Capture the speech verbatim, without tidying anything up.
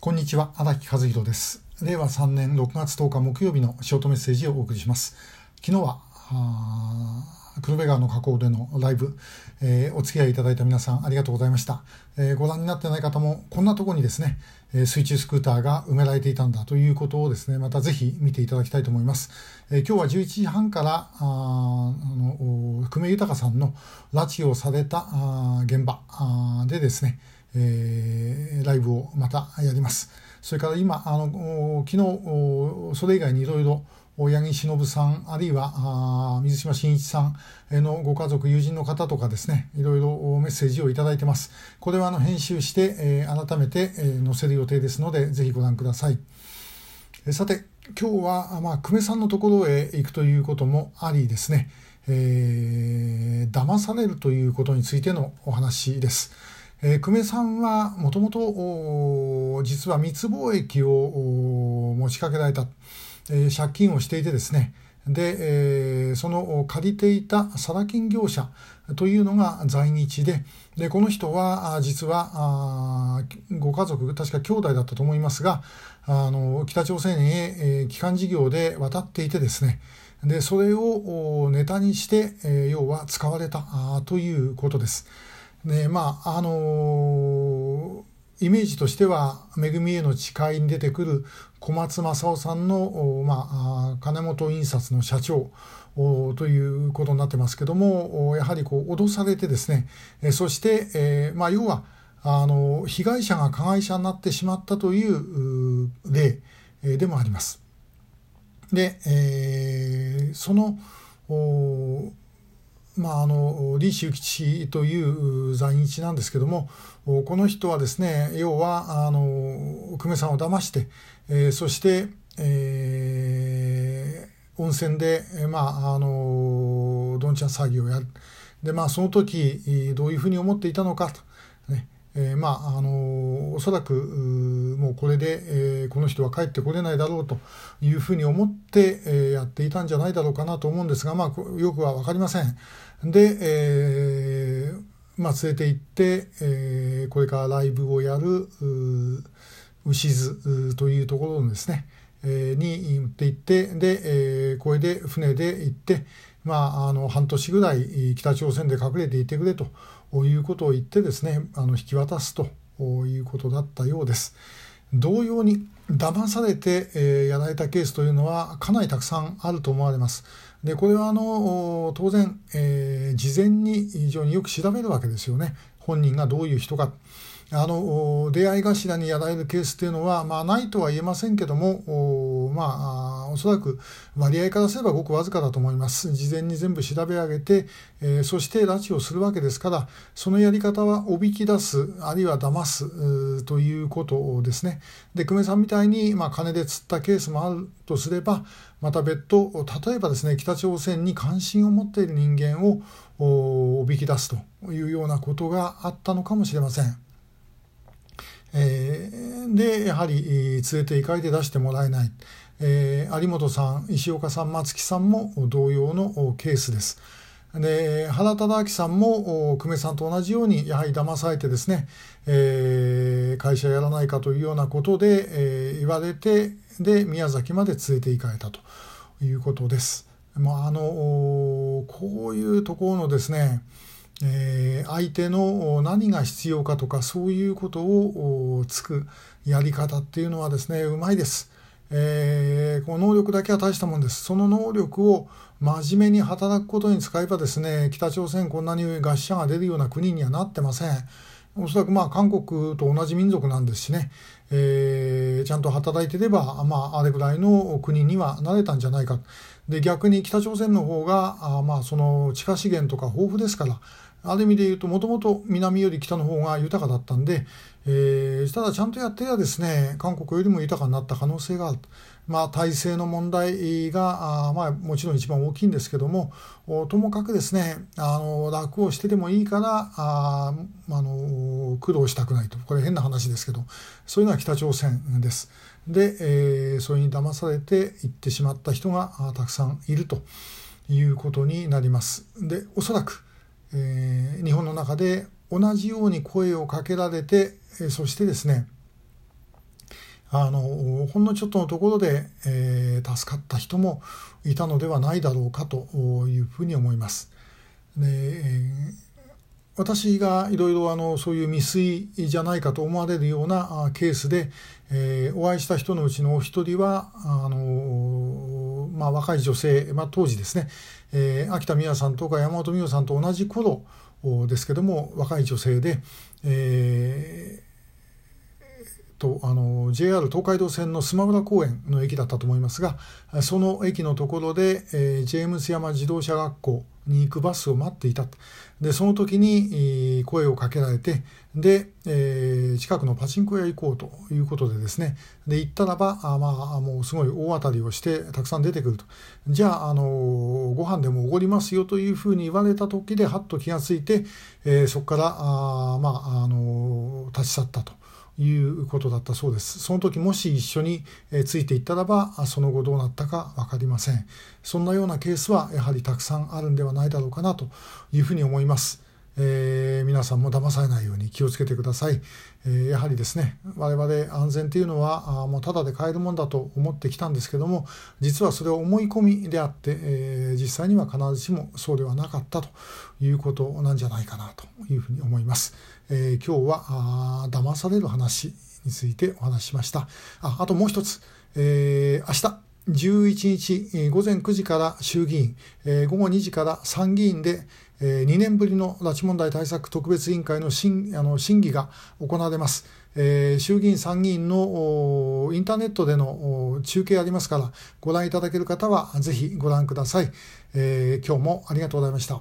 こんにちは、荒木和弘です。れいわさんねんろくがつとおか木曜日のショートメッセージをお送りします。昨日は黒部川の河口でのライブ、えー、お付き合いいただいた皆さんありがとうございました。えー、ご覧になってない方もこんなところにですね、えー、水中スクーターが埋められていたんだということをですね、またぜひ見ていただきたいと思います。えー、今日はじゅういちじはんからああの久米豊さんの拉致をされたあ現場あでですね、えー、ライブをまたやります。それから今あの昨日それ以外にいろいろ八木忍さんあるいは水島新一さんのご家族友人の方とかですね、いろいろメッセージをいただいてます。これはあの編集して、えー、改めて、えー、載せる予定ですのでぜひご覧ください。えさて今日は、まあ、久米さんのところへ行くということもありですね、えー、騙されるということについてのお話です。えー、久米さんはもともと実は密貿易を持ちかけられた、えー、借金をしていてですね、で、えー、その借りていたサラ金業者というのが在日で、でこの人は実はあご家族確か兄弟だったと思いますが、あの北朝鮮へ、えー、帰還事業で渡っていてですね、でそれをネタにして、えー、要は使われたということです。でまああのー、イメージとしてはめぐみへの誓いに出てくる小松正夫さんの、まあ、金本印刷の社長ということになってますけども、やはりこう脅されてですね、そして、えーまあ、要はあの被害者が加害者になってしまったという例でもあります。で、えー、そのまあ、あの李修吉という在日なんですけども、この人はですね、要はあの久米さんを騙して、えー、そして、えー、温泉で、まあ、あのどんちゃん騒ぎをやる。で、まあ、その時どういうふうに思っていたのかと、ねえー、まああのおそらくもうこれで、えー、この人は帰ってこれないだろうというふうに思って、えー、やっていたんじゃないだろうかなと思うんですが、まあ、よくは分かりません。で、えーまあ、連れて行って、えー、これからライブをやる牛津というところのですね、えー、に持って行って、で、えー、これで船で行って、まあ、あの半年ぐらい北朝鮮で隠れていてくれということを言ってですね、あの引き渡すということだったようです。同様に騙されて、えー、やられたケースというのはかなりたくさんあると思われます。でこれはあの当然、えー、事前に非常によく調べるわけですよね。本人がどういう人か。あの出会い頭にやられるケースというのは、まあ、ないとは言えませんけども、お,、まあ、おそらく割合からすればごくわずかだと思います。事前に全部調べ上げて、えー、そして拉致をするわけですから、そのやり方はおびき出すあるいは騙すということですね。で久米さんみたいに、まあ、金で釣ったケースもあるとすれば、また別途例えばですね、北朝鮮に関心を持っている人間をおびき出すというようなことがあったのかもしれません。えー、でやはり連れて行かれて出してもらえない、えー、有本さん、石岡さん、松木さんも同様のケースです。で原忠明さんも久米さんと同じようにやはり騙されてですね、えー、会社やらないかというようなことで、えー、言われて、で宮崎まで連れて行かれたということです。まあ、あのこういうところのですね、えー、相手の何が必要かとかそういうことをつくやり方っていうのはですね、うまいです。えー、この能力だけは大したもんです。その能力を真面目に働くことに使えばですね、北朝鮮こんなに餓死者が出るような国にはなってません。おそらくまあ韓国と同じ民族なんですしね、えー、ちゃんと働いていれば、まあ、あれぐらいの国にはなれたんじゃないか。で逆に北朝鮮の方があ、まあ、その地下資源とか豊富ですから、ある意味で言うともともと南より北の方が豊かだったんで、えー、ただちゃんとやっていればですね、韓国よりも豊かになった可能性がある。まあ、体制の問題があ、まあ、もちろん一番大きいんですけども、ともかくですね、あの楽をしてでもいいからああの苦労したくないと、これ変な話ですけど、そういうのは北朝鮮です。で、えー、それに騙されていってしまった人がたくさんいるということになります。でおそらく、えー、日本の中で同じように声をかけられて、そしてですね、 あのほんのちょっとのところで、えー、助かった人もいたのではないだろうかというふうに思います。で、えー私がいろいろあのそういう未遂じゃないかと思われるようなケースで、えー、お会いした人のうちのお一人はあの、まあ、若い女性、まあ、当時ですね、えー、秋田美和さんとか山本美代さんと同じ頃ですけども若い女性で、えーとあの ジェイアール 東海道線のスマブラ公園の駅だったと思いますが、その駅のところで、えー、ジェームス山自動車学校に行くバスを待っていた。でその時に声をかけられて、で、えー、近くのパチンコ屋行こうということでですね、で行ったらばあ、まあ、もうすごい大当たりをしてたくさん出てくると。じゃあ、あのご飯でもおごりますよというふうに言われた時ではっと気がついて、えー、そこからあ、まあ、あの立ち去ったということだったそうです。その時もし一緒についていったらばその後どうなったか分かりません。そんなようなケースはやはりたくさんあるんではないだろうかなというふうに思います。えー、皆さんも騙されないように気をつけてください。えー、やはりですね、我々安全というのはあもうただで買えるもんだと思ってきたんですけども、実はそれは思い込みであって、えー、実際には必ずしもそうではなかったということなんじゃないかなというふうに思います。えー、今日はあ騙される話についてお話ししました。あ、あともう一つ、えー、明日じゅういちにちごぜんくじから衆議院、えー、ごごにじから参議院で、えー、にねんぶりの拉致問題対策特別委員会の審、あの審議が行われます。えー、衆議院参議院のインターネットでの中継ありますから、ご覧いただける方はぜひご覧ください。えー、今日もありがとうございました。